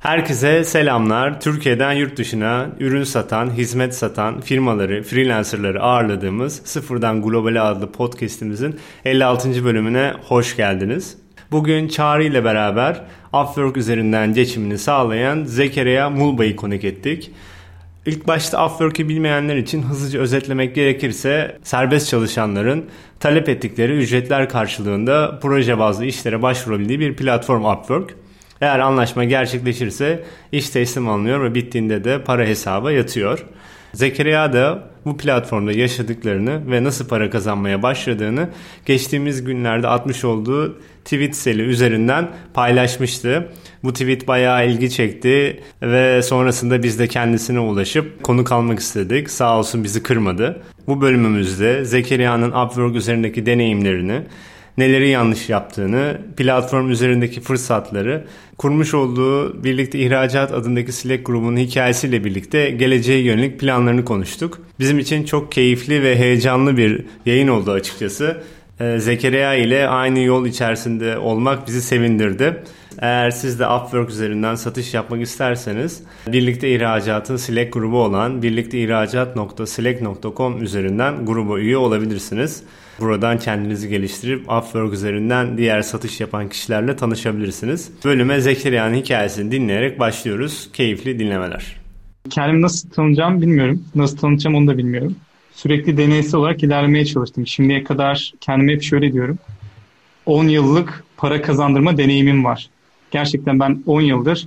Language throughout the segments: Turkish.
Herkese selamlar. Türkiye'den yurt dışına ürün satan, hizmet satan firmaları, freelancerları ağırladığımız Sıfırdan Globale adlı podcast'imizin 56. bölümüne hoş geldiniz. Bugün Çağrı ile beraber Upwork üzerinden geçimini sağlayan Zekeriya Mulba'yı konuk ettik. İlk başta Upwork'ü bilmeyenler için hızlıca özetlemek gerekirse serbest çalışanların talep ettikleri ücretler karşılığında proje bazlı işlere başvurabildiği bir platform Upwork. Eğer anlaşma gerçekleşirse iş teslim alınıyor ve bittiğinde de para hesaba yatıyor. Zekeriya da bu platformda yaşadıklarını ve nasıl para kazanmaya başladığını geçtiğimiz günlerde atmış olduğu tweet seli üzerinden paylaşmıştı. Bu tweet bayağı ilgi çekti ve sonrasında biz de kendisine ulaşıp konuk almak istedik. Sağ olsun bizi kırmadı. Bu bölümümüzde Zekeriya'nın Upwork üzerindeki deneyimlerini, neleri yanlış yaptığını, platform üzerindeki fırsatları, kurmuş olduğu Birlikte İhracat adındaki Slack grubunun hikayesiyle birlikte geleceğe yönelik planlarını konuştuk. Bizim için çok keyifli ve heyecanlı bir yayın oldu açıkçası. Zekeriya ile aynı yol içerisinde olmak bizi sevindirdi. Eğer siz de Upwork üzerinden satış yapmak isterseniz Birlikte İhracat'ın Slack grubu olan birlikteihracat.slack.com üzerinden gruba üye olabilirsiniz. Buradan kendinizi geliştirip Upwork üzerinden diğer satış yapan kişilerle tanışabilirsiniz. Bölüme Zekeriya'nın hikayesini dinleyerek başlıyoruz. Keyifli dinlemeler. Kendimi nasıl tanımlayacağımı bilmiyorum. Nasıl tanıtacağım onu da bilmiyorum. Sürekli deneysel olarak ilerlemeye çalıştım. Şimdiye kadar kendime hep şöyle diyorum. 10 yıllık para kazandırma deneyimim var. Gerçekten ben 10 yıldır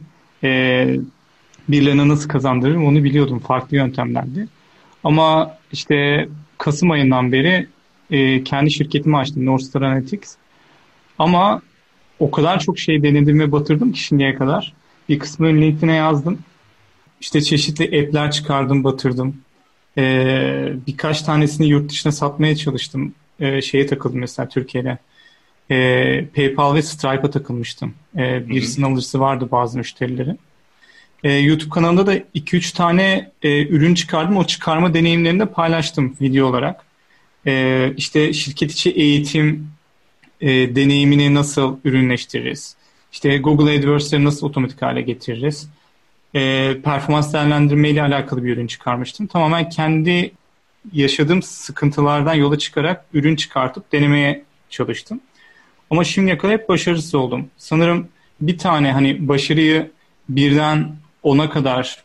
birilerine nasıl kazandırırım onu biliyordum. Farklı yöntemlerdi. Ama işte Kasım ayından beri kendi şirketimi açtım. North Star Analytics. Ama o kadar çok şey denedim ve batırdım ki şimdiye kadar. Bir kısmını LinkedIn'e yazdım. İşte çeşitli app'ler çıkardım, batırdım. Birkaç tanesini yurt dışına satmaya çalıştım. Şeye takıldım mesela Türkiye'de. PayPal ve Stripe'a takılmıştım. Birisinin alıcısı vardı bazı müşterilerin. YouTube kanalında da 2-3 tane ürün çıkardım. O çıkarma deneyimlerini de paylaştım video olarak. İşte şirket içi eğitim deneyimini nasıl ürünleştiririz? İşte Google AdWords'leri nasıl otomatik hale getiririz? Performans değerlendirme ile alakalı bir ürün çıkarmıştım. Tamamen kendi yaşadığım sıkıntılardan yola çıkarak ürün çıkartıp denemeye çalıştım. Ama şimdiye kadar hep başarısız oldum. Sanırım bir tane hani başarıyı birden 10'a kadar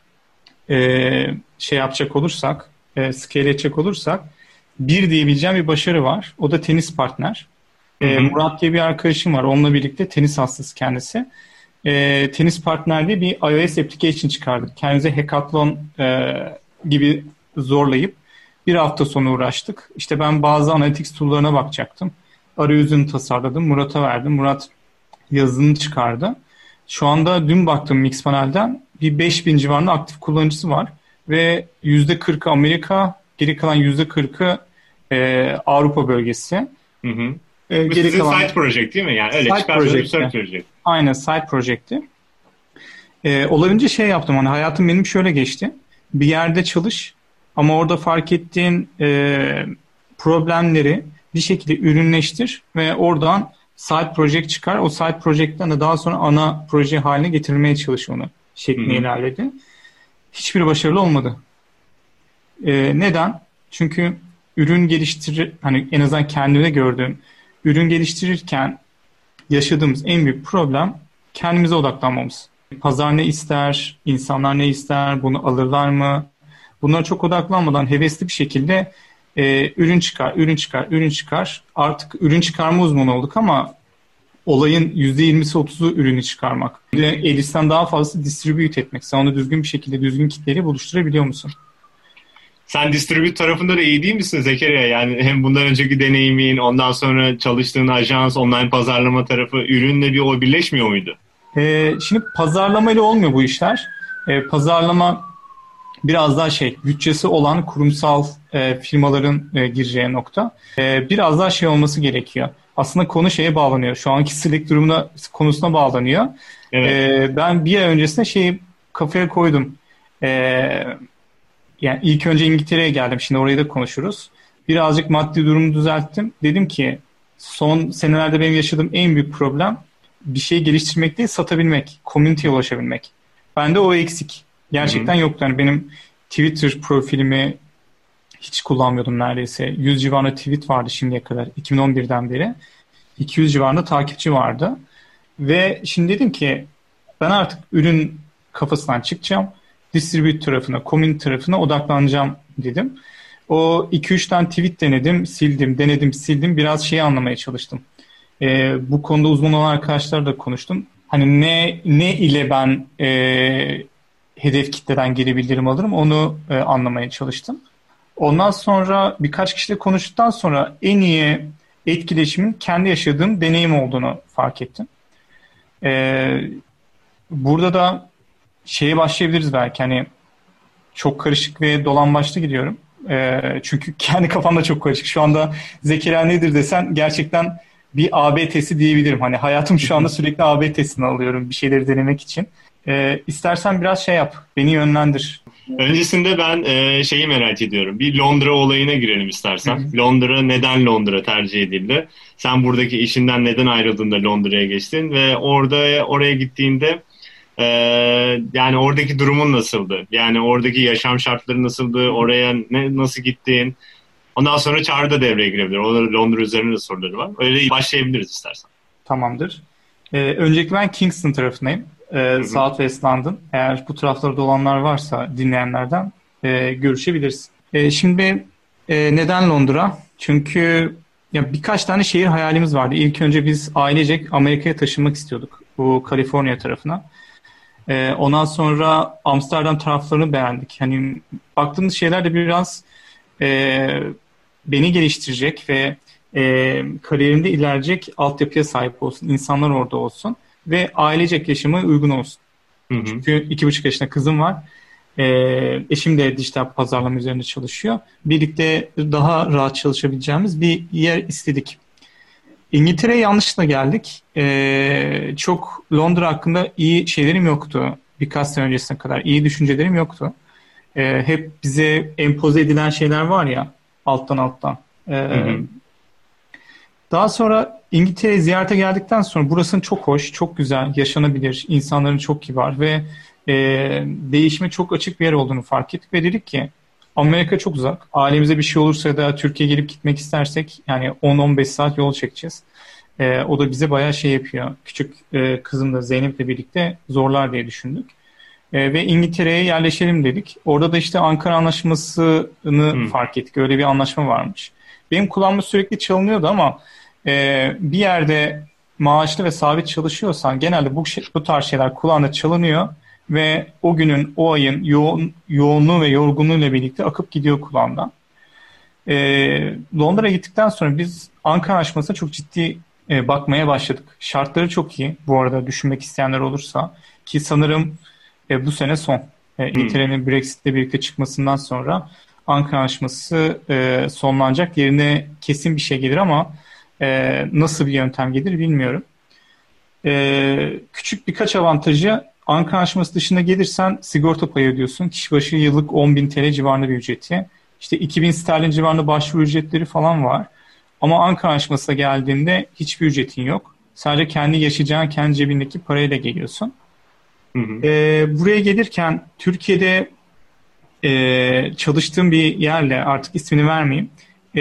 şey yapacak olursak, scale edecek olursak bir diyebileceğim bir başarı var. O da tenis partner. Murat diye bir arkadaşım var. Onunla birlikte tenis hastası kendisi. Tenis partner diye bir iOS application çıkardık. Kendimize hackathon gibi zorlayıp bir hafta sonu uğraştık. İşte ben bazı analytics tool'larına bakacaktım. Arayüzünü tasarladım. Murat'a verdim. Murat yazılımını çıkardı. Şu anda dün baktım Mixpanel'den bir 5000 civarında aktif kullanıcısı var. Ve %40'ı Amerika, geri kalan %40'ı Avrupa bölgesi. Hı hı. Bu sizin side project değil mi? Yani öyle çıkarsanız bir side project. Aynen side project'ti. Olabildiğince şey yaptım. Hani hayatım benim şöyle geçti. Bir yerde çalış ama orada fark ettiğin problemleri bir şekilde ürünleştir ve oradan side project çıkar. O side project'ten de daha sonra ana proje haline getirmeye çalış onu şeklinde ilerledi. Hiçbir başarılı olmadı. Neden? Çünkü ürün geliştirir, hani en azından kendimde gördüğüm ürün geliştirirken yaşadığımız en büyük problem kendimize odaklanmamız. Pazar ne ister, insanlar ne ister, bunu alırlar mı? Bunlara çok odaklanmadan hevesli bir şekilde ürün çıkar, ürün çıkar, ürün çıkar. Artık ürün çıkarma uzmanı olduk ama olayın %20'si 30'u ürünü çıkarmak. Bir de elisten daha fazla distribute etmek. Sen onu düzgün bir şekilde düzgün kitleyle buluşturabiliyor musun? Sen distribute tarafında da iyi değil misin Zekeriya? Yani hem bundan önceki deneyimin, ondan sonra çalıştığın ajans, online pazarlama tarafı ürünle o birleşmiyor muydu? Şimdi pazarlamayla olmuyor bu işler. Pazarlama biraz daha bütçesi olan kurumsal firmaların gireceği nokta. Biraz daha olması gerekiyor. Aslında konu şeye bağlanıyor. Şu anki Slack durumuna konusuna bağlanıyor. Evet. Ben bir ay öncesinde kafaya koydum. Yani ilk önce İngiltere'ye geldim. Şimdi orayı da konuşuruz. Birazcık maddi durumu düzelttim. Dedim ki son senelerde benim yaşadığım en büyük problem bir şey geliştirmek değil, satabilmek. Community'ye ulaşabilmek. Bende o eksik. Gerçekten yoktu. Yani benim Twitter profilimi hiç kullanmıyordum neredeyse. 100 civarında tweet vardı şimdiye kadar. 2011'den beri. 200 civarında takipçi vardı. Ve şimdi dedim ki ben artık ürün kafasından çıkacağım. Distribute tarafına, community tarafına odaklanacağım dedim. O 2-3 tane tweet denedim, sildim, denedim, sildim. Biraz şeyi anlamaya çalıştım. Bu konuda uzman olan arkadaşlarla konuştum. Hani ne ile ben hedef kitleden geri bildirim alırım onu anlamaya çalıştım. Ondan sonra birkaç kişiyle konuştuktan sonra en iyi etkileşimin kendi yaşadığım deneyim olduğunu fark ettim. Burada da şeye başlayabiliriz belki. Hani çok karışık ve dolambaçlı gidiyorum. Çünkü kendi kafamda çok karışık. Şu anda Zekeriya nedir desen gerçekten bir AB testi diyebilirim. Hani hayatım şu anda sürekli AB testini alıyorum bir şeyleri denemek için. İstersen biraz şey yap. Beni yönlendir. Öncesinde ben şeyi merak ediyorum. Bir Londra olayına girelim istersen. Hı hı. Londra, neden Londra tercih edildi? Sen buradaki işinden neden ayrıldığında Londra'ya geçtin ve oraya gittiğinde yani oradaki durumun nasıldı? Yani oradaki yaşam şartları nasıldı? Oraya nasıl gittin? Ondan sonra Çağrı da devreye girebilir. Orada Londra üzerine de soruları var. Öyle başlayabiliriz istersen. Tamamdır. Öncelikle ben Kingston tarafındayım. South West London. Eğer bu taraflarda olanlar varsa dinleyenlerden görüşebiliriz. Şimdi neden Londra? Çünkü ya birkaç tane şehir hayalimiz vardı. İlk önce biz ailecek Amerika'ya taşınmak istiyorduk. Bu Kaliforniya tarafına. Ondan sonra Amsterdam taraflarını beğendik. Hani baktığımız şeyler de biraz beni geliştirecek ve kariyerimde ilerleyecek altyapıya sahip olsun. İnsanlar orada olsun. Ve ailecek yaşama uygun olsun. Hı hı. Çünkü 2,5 yaşında kızım var. Eşim de dijital pazarlama üzerinde çalışıyor. Birlikte daha rahat çalışabileceğimiz bir yer istedik. İngiltere'ye yanlışlıkla geldik. Çok Londra hakkında iyi şeylerim yoktu. Birkaç sene öncesine kadar iyi düşüncelerim yoktu. Hep bize empoze edilen şeyler var ya alttan. Hı hı. Daha sonra İngiltere'ye ziyarete geldikten sonra burasının çok hoş, çok güzel, yaşanabilir, insanların çok kibar ve değişime çok açık bir yer olduğunu fark ettik ve dedik ki Amerika çok uzak. Ailemize bir şey olursa da Türkiye'ye gelip gitmek istersek yani 10-15 saat yol çekeceğiz. O da bize bayağı şey yapıyor. Küçük kızım da Zeynep'le birlikte zorlar diye düşündük. Ve İngiltere'ye yerleşelim dedik. Orada da işte Ankara Anlaşması'nı fark ettik. Öyle bir anlaşma varmış. Benim kulağıma sürekli çalınıyordu ama bir yerde maaşlı ve sabit çalışıyorsan genelde bu tarz şeyler kulağına çalınıyor ve o günün, o ayın yoğunluğu ve yorgunluğuyla birlikte akıp gidiyor kulağından. Londra'ya gittikten sonra biz Ankara Anlaşması'na çok ciddi bakmaya başladık. Şartları çok iyi bu arada düşünmek isteyenler olursa ki sanırım bu sene son. İngiltere'nin Brexit'le birlikte çıkmasından sonra Ankara Anlaşması sonlanacak. Yerine kesin bir şey gelir ama nasıl bir yöntem gelir bilmiyorum. Küçük birkaç avantajı Ankara Anlaşması dışında gelirsen sigorta payı ödüyorsun. Kişi başı yıllık 10.000 TL civarında bir ücreti. İşte 2.000 sterlin civarında başvuru ücretleri falan var. Ama Ankara Anlaşması'na geldiğinde hiçbir ücretin yok. Sadece kendi yaşayacağın, kendi cebindeki parayla geliyorsun. Hı hı. Buraya gelirken Türkiye'de çalıştığım bir yerle artık ismini vermeyeyim.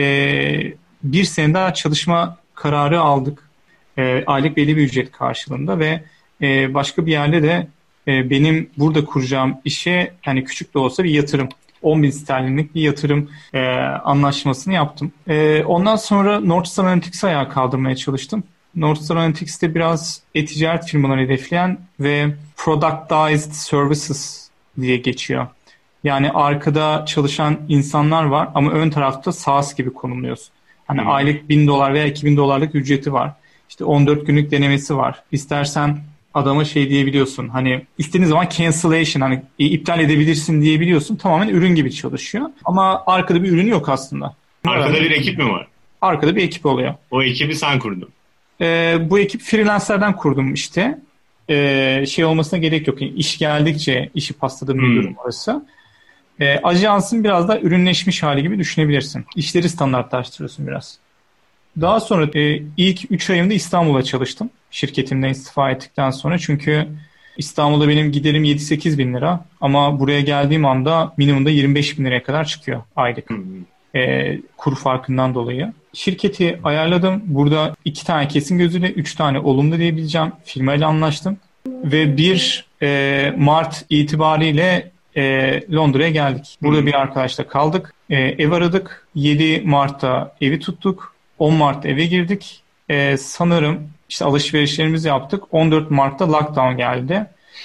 Bir sene daha çalışma kararı aldık. Aylık belli bir ücret karşılığında ve başka bir yerde de benim burada kuracağım işe yani küçük de olsa bir yatırım. 10.000 sterlinlik bir yatırım anlaşmasını yaptım. Ondan sonra Northstar Analytics'i ayağa kaldırmaya çalıştım. Northstar Analytics'te biraz e-ticaret firmaları hedefleyen ve productized services diye geçiyor. Yani arkada çalışan insanlar var ama ön tarafta SaaS gibi konumluyorsun. Hani aylık $1.000 veya $2.000 ücreti var. İşte 14 günlük denemesi var. İstersen adama şey diyebiliyorsun. Hani istediğin zaman cancellation hani iptal edebilirsin diyebiliyorsun. Tamamen ürün gibi çalışıyor. Ama arkada bir ürün yok aslında. Arkada bir ekip mi var? Arkada bir ekip oluyor. O ekibi sen kurdun. Bu ekip freelancerden kurdum işte. Şey olmasına gerek yok. Yani iş geldikçe işi pasladığım bir durum orası. Ajansın biraz da ürünleşmiş hali gibi düşünebilirsin. İşleri standartlaştırıyorsun biraz. Daha sonra ilk 3 ayımda İstanbul'a çalıştım. Şirketimden istifa ettikten sonra. Çünkü İstanbul'da benim giderim 7-8 bin lira ama buraya geldiğim anda minimumda 25 bin liraya kadar çıkıyor aylık. Kur farkından dolayı. Şirketi ayarladım. Burada 2 tane kesin gözüyle 3 tane olumlu diyebileceğim. Firmayla anlaştım. Ve 1 Mart itibariyle Londra'ya geldik. Burada bir arkadaşla kaldık. Ev aradık. 7 Mart'ta evi tuttuk. 10 Mart'ta eve girdik. Sanırım işte alışverişlerimizi yaptık. 14 Mart'ta lockdown geldi.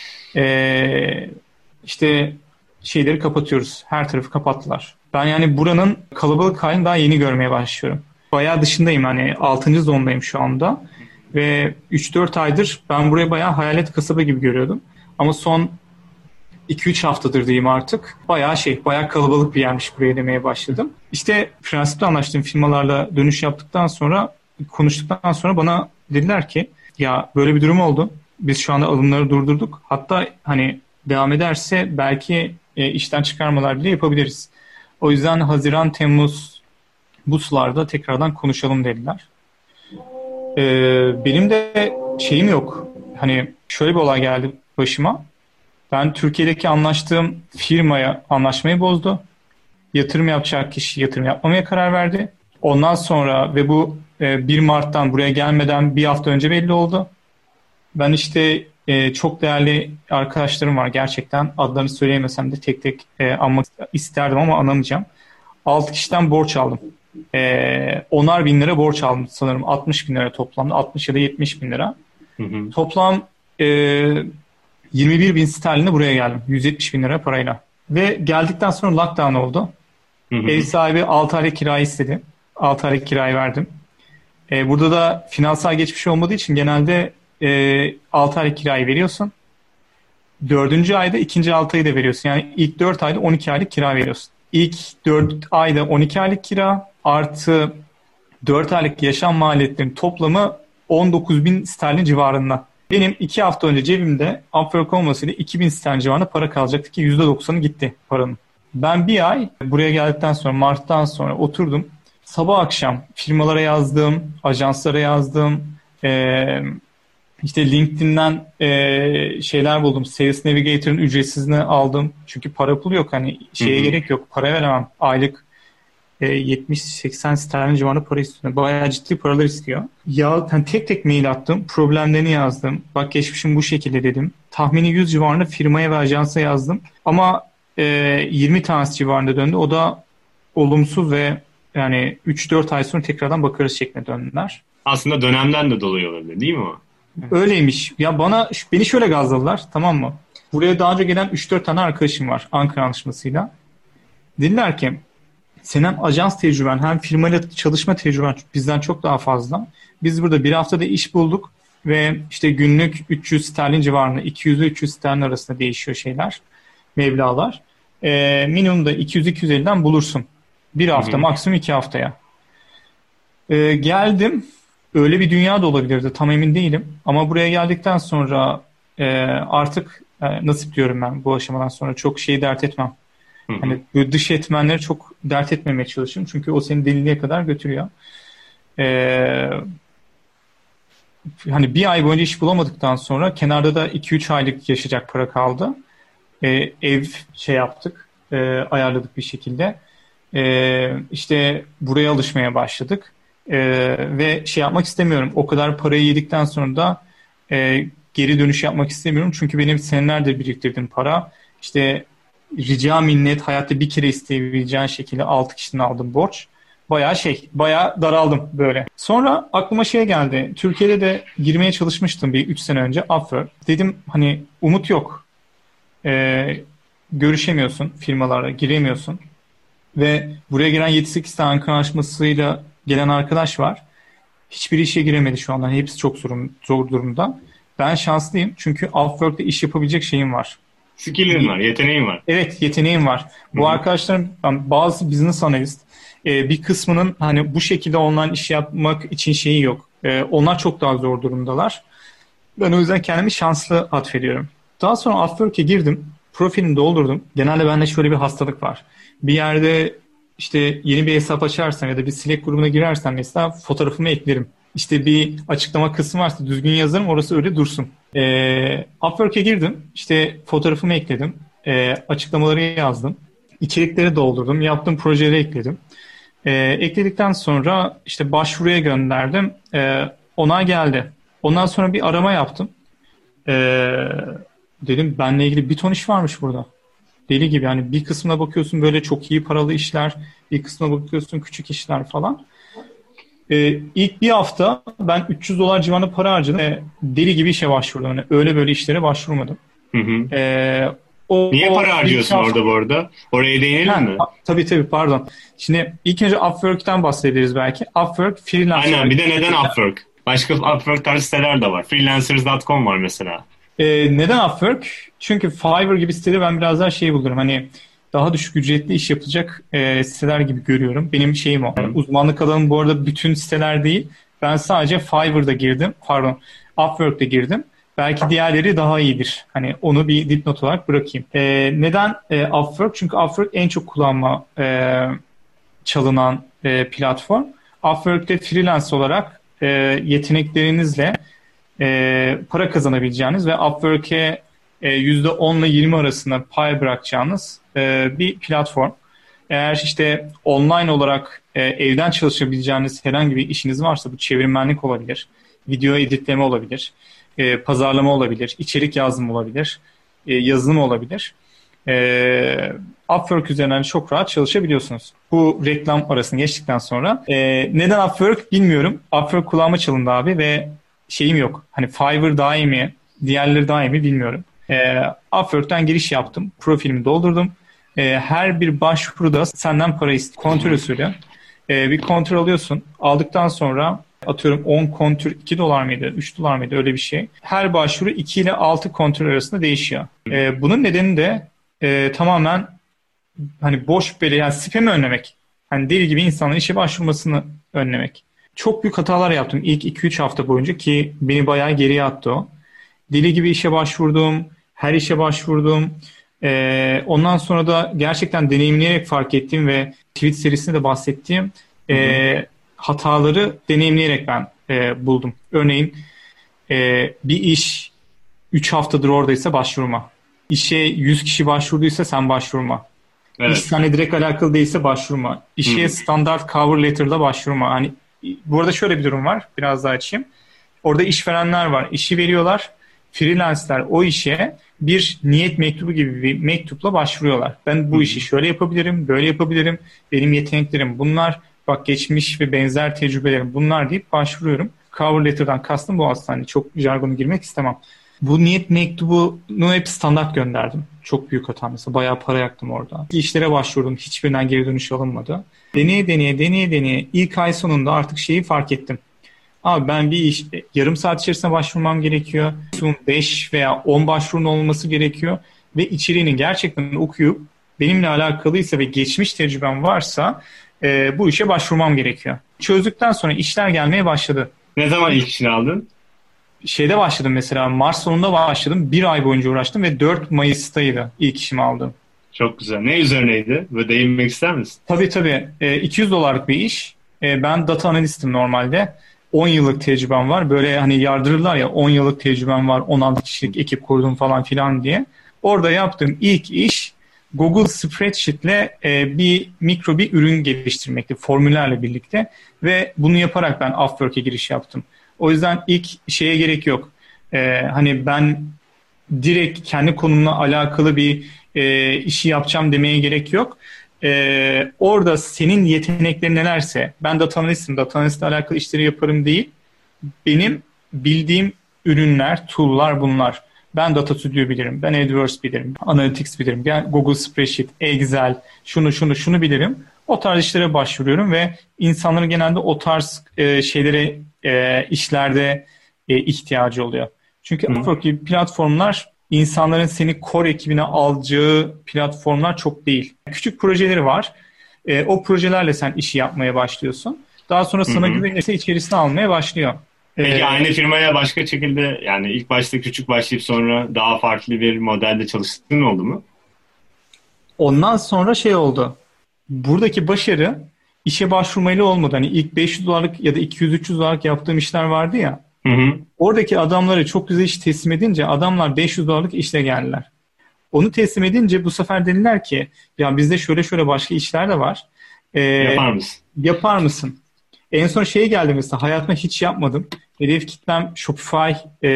İşte şeyleri kapatıyoruz. Her tarafı kapattılar. Ben yani buranın kalabalık halini daha yeni görmeye başlıyorum. Bayağı dışındayım, hani 6. zondayım şu anda. Ve 3-4 aydır ben burayı bayağı hayalet kasaba gibi görüyordum. Ama son 2-3 haftadır diyeyim artık. Bayağı kalabalık bir yermiş buraya demeye başladım. İşte prensiple anlaştığım firmalarla dönüş yaptıktan sonra, konuştuktan sonra bana dediler ki ya böyle bir durum oldu. Biz şu anda alımları durdurduk. Hatta hani devam ederse belki işten çıkarmalar bile yapabiliriz. O yüzden Haziran, Temmuz bu sularda tekrardan konuşalım dediler. Benim de şeyim yok. Hani şöyle bir olay geldi başıma. Ben Türkiye'deki anlaştığım firmaya anlaşmayı bozdu. Yatırım yapacak kişi yatırım yapmamaya karar verdi. Ondan sonra ve bu 1 Mart'tan buraya gelmeden bir hafta önce belli oldu. Ben işte çok değerli arkadaşlarım var gerçekten. Adlarını söyleyemesem de tek tek anmak isterdim ama anamayacağım. 6 kişiden borç aldım. 10'ar bin lira borç aldım sanırım. 60 bin lira toplamda. 60 ya da 70 bin lira. Toplam 21 bin sterline buraya geldim. 170 bin lira parayla. Ve geldikten sonra lockdown oldu. Ev sahibi 6 aylık kirayı istedi. 6 aylık kirayı verdim. Burada da finansal geçmiş olmadığı için genelde 6 aylık kirayı veriyorsun. 4. ayda 2. 6 ayı da veriyorsun. Yani ilk 4 ayda 12 aylık kira veriyorsun. İlk 4 ayda 12 aylık kira artı 4 aylık yaşam maliyetlerinin toplamı 19 bin sterlin civarında. Benim 2 hafta önce cebimde Upwork olmasıyla 2 bin sterlin civarında para kalacaktı ki %90'ı gitti paranın. Ben bir ay buraya geldikten sonra, Mart'tan sonra oturdum. Sabah akşam firmalara yazdım, ajanslara yazdım. İşte LinkedIn'den şeyler buldum. Sales Navigator'ın ücretsizini aldım. Çünkü para pulu yok. Hani şeye gerek yok. Para veremem. Aylık 70-80 sterlin civarında para istiyor. Bayağı ciddi paralar istiyor. Ya hani tek tek mail attım. Problemlerini yazdım. Bak geçmişim bu şekilde dedim. Tahmini 100 civarında firmaya ve ajansa yazdım. Ama 20 tanesi civarında döndü. O da olumsuz ve yani 3-4 ay sonra tekrardan bakarız şeklinde döndüler. Aslında dönemden de dolayı olabilir değil mi o? Öyleymiş. Ya beni şöyle gazladılar, tamam mı? Buraya daha önce gelen 3-4 tane arkadaşım var Ankara anlaşmasıyla. Dediler ki senin ajans tecrüben hem firmayla çalışma tecrüben bizden çok daha fazla. Biz burada bir haftada iş bulduk ve işte günlük 300 sterlin civarında, 200 ile 300 sterlin arasında değişiyor şeyler, meblağlar. Minimumda 200-250'den bulursun. Bir hafta, maksimum 2 haftaya. Geldim. Öyle bir dünya da olabilirdi. Tam emin değilim. Ama buraya geldikten sonra artık nasip diyorum ben bu aşamadan sonra çok şeyi dert etmem. Hani bu dış etmenleri çok dert etmemeye çalışıyorum. Çünkü o seni deliliğe kadar götürüyor. Hani bir ay boyunca iş bulamadıktan sonra kenarda da 2-3 aylık yaşayacak para kaldı. Ev şey yaptık. Ayarladık bir şekilde. İşte buraya alışmaya başladık. Ve şey yapmak istemiyorum. O kadar parayı yedikten sonra da geri dönüş yapmak istemiyorum. Çünkü benim senelerdir biriktirdiğim para. İşte rica minnet hayatta bir kere isteyebileceğin şekilde 6 kişiden aldım borç. Bayağı daraldım böyle. Sonra aklıma şey geldi. Türkiye'de de girmeye çalışmıştım bir 3 sene önce Upwork. Dedim hani umut yok. Görüşemiyorsun firmalarla, giremiyorsun. Ve buraya gelen 7-8 tane Ankara anlaşmasıyla gelen arkadaş var. Hiçbir işe giremedi şu anda. Hepsi çok zor durumda. Ben şanslıyım çünkü Upwork'ta iş yapabilecek şeyim var. Skill'in var, yeteneğin var. Evet, yeteneğim var. Bu arkadaşlarım bazı business analist bir kısmının hani bu şekilde online iş yapmak için şeyi yok. Onlar çok daha zor durumdalar. Ben o yüzden kendimi şanslı atfediyorum. Daha sonra Upwork'e girdim. Profilimi doldurdum. Genelde bende şöyle bir hastalık var. Bir yerde işte yeni bir hesap açarsam ya da bir Slack grubuna girersem mesela fotoğrafımı eklerim. İşte bir açıklama kısmı varsa düzgün yazarım, orası öyle dursun. Upwork'e girdim. İşte fotoğrafımı ekledim. Açıklamaları yazdım. İçerikleri doldurdum. Yaptığım projeleri ekledim. Ekledikten sonra işte başvuruya gönderdim. Onay geldi. Ondan sonra bir arama yaptım. Ee, Dedim benle ilgili bir ton iş varmış burada. Deli gibi, yani bir kısmına bakıyorsun böyle çok iyi paralı işler, bir kısmına bakıyorsun küçük işler falan. İlk bir hafta ben $300 civarında para harcadım. Deli gibi işe başvurdum. Yani öyle böyle işlere başvurmadım. Hı hı. Ee, o, Niye o para bir iki harcıyorsun hafta... orada bu arada? Oraya değinelim mi? Tabii pardon. Şimdi ilk önce Upwork'ten bahsedebiliriz belki. Upwork freelance Aynen. olarak. Bir de neden Upwork? Başka Upwork tarzı siteler de var. Freelancers.com var mesela. Neden Upwork? Çünkü Fiverr gibi sitede ben biraz daha şey bulurum. Hani daha düşük ücretli iş yapılacak siteler gibi görüyorum. Benim şeyim o. Hı. Uzmanlık alanım bu arada bütün siteler değil. Ben sadece Fiverr'da girdim. Pardon. Upwork'ta girdim. Belki diğerleri daha iyidir. Hani onu bir dipnot olarak bırakayım. Neden Upwork? Çünkü Upwork en çok kullanma çalınan platform. Upwork'te freelance olarak yeteneklerinizle para kazanabileceğiniz ve Upwork'e %10 ile 20 arasında pay bırakacağınız bir platform. Eğer işte online olarak evden çalışabileceğiniz herhangi bir işiniz varsa, bu çevirmenlik olabilir, video editleme olabilir, pazarlama olabilir, içerik yazım olabilir, yazılım olabilir. Upwork üzerinden çok rahat çalışabiliyorsunuz. Bu reklam arasını geçtikten sonra. Neden Upwork bilmiyorum. Upwork kulağıma çalındı abi ve şeyim yok. Hani Fiverr daha iyi mi, diğerleri daha iyi mi bilmiyorum. Upwork'ten giriş yaptım. Profilimi doldurdum. Her bir başvuruda senden para istiyor. Kontür usulü. Bir kontür alıyorsun. Aldıktan sonra atıyorum 10 kontür $2 mıydı, $3 mıydı, öyle bir şey. Her başvuru 2 ile 6 kontür arasında değişiyor. Bunun nedeni de tamamen hani boş böyle, yani spam'i önlemek. Hani deli gibi insanların işe başvurmasını önlemek. Çok büyük hatalar yaptım ilk 2-3 hafta boyunca ki beni bayağı geriye attı o. Deli gibi işe başvurdum, her işe başvurdum. Ondan sonra da gerçekten deneyimleyerek fark ettiğim ve tweet serisinde de bahsettiğim hataları deneyimleyerek ben buldum. Örneğin bir iş 3 haftadır oradaysa başvurma. İşe 100 kişi başvurduysa sen başvurma. Evet. İş seninle direkt alakalı değilse başvurma. İşe standart cover letter'la başvurma. Hani bu arada şöyle bir durum var. Biraz daha açayım. Orada işverenler var. İşi veriyorlar. Freelance'ler o işe bir niyet mektubu gibi bir mektupla başvuruyorlar. Ben bu işi şöyle yapabilirim, böyle yapabilirim. Benim yeteneklerim bunlar. Bak geçmiş ve benzer tecrübelerim bunlar deyip başvuruyorum. Cover letter'dan kastım bu aslında. Hani çok jargona girmek istemem. Bu niyet mektubunu hep standart gönderdim. Çok büyük hata mesela. Bayağı para yaktım orada. İşlere başvurdum. Hiçbirinden geri dönüş alınmadı. Deneye ilk ay sonunda artık şeyi fark ettim. Abi ben bir iş yarım saat içerisinde başvurmam gerekiyor. 5 veya 10 başvurun olması gerekiyor. Ve içeriğini gerçekten okuyup benimle alakalıysa ve geçmiş tecrübem varsa bu işe başvurmam gerekiyor. Çözdükten sonra işler gelmeye başladı. Ne zaman ilk işini aldın? Şeyde başladım mesela, Mart sonunda başladım. Bir ay boyunca uğraştım ve 4 Mayıs'taydı ilk işimi aldım. Çok güzel. Ne üzerineydi? Böyle değinmek ister misin? Tabii. $200 bir iş. Ben data analistim normalde. 10 yıllık tecrübem var. Böyle hani yardırırlar ya, 10 yıllık tecrübem var, 16 kişilik ekip kurdum falan filan diye. Orada yaptığım ilk iş Google Spreadsheet'le bir ürün geliştirmekti formüllerle birlikte ve bunu yaparak ben Upwork'e giriş yaptım. O yüzden ilk şeye gerek yok. Hani ben direkt kendi konumla alakalı bir işi yapacağım demeye gerek yok. Orada senin yeteneklerin nelerse, ben data analistim, data analistle alakalı işleri yaparım değil. Benim bildiğim ürünler, tool'lar bunlar. Ben Data Studio bilirim, ben AdWords bilirim, Analytics bilirim, Google Spreadsheet, Excel, şunu bilirim. O tarz işlere başvuruyorum ve insanların genelde o tarz şeylere, işlerde ihtiyacı oluyor. Çünkü Upwork gibi platformlar insanların seni core ekibine alacağı platformlar çok değil. Küçük projeleri var. O projelerle sen işi yapmaya başlıyorsun. Daha sonra sana güvenirse içerisine almaya başlıyor. Peki aynı firmaya başka şekilde, yani ilk başta küçük başlayıp sonra daha farklı bir modelde çalıştığın oldu mu? Ondan sonra şey oldu. Buradaki başarı işe başvurmayla olmadı. Hani ilk 500 dolarlık ya da 200-300 dolarlık yaptığım işler vardı ya. Hı hı. Oradaki adamlara çok güzel iş teslim edince adamlar 500 dolarlık işle geldiler. Onu teslim edince bu sefer dediler ki ya bizde şöyle şöyle başka işler de var. Yapar mısın? Yapar mısın? En son şey geldi mesela, hayatımda hiç yapmadım. Hedef kitlem Shopify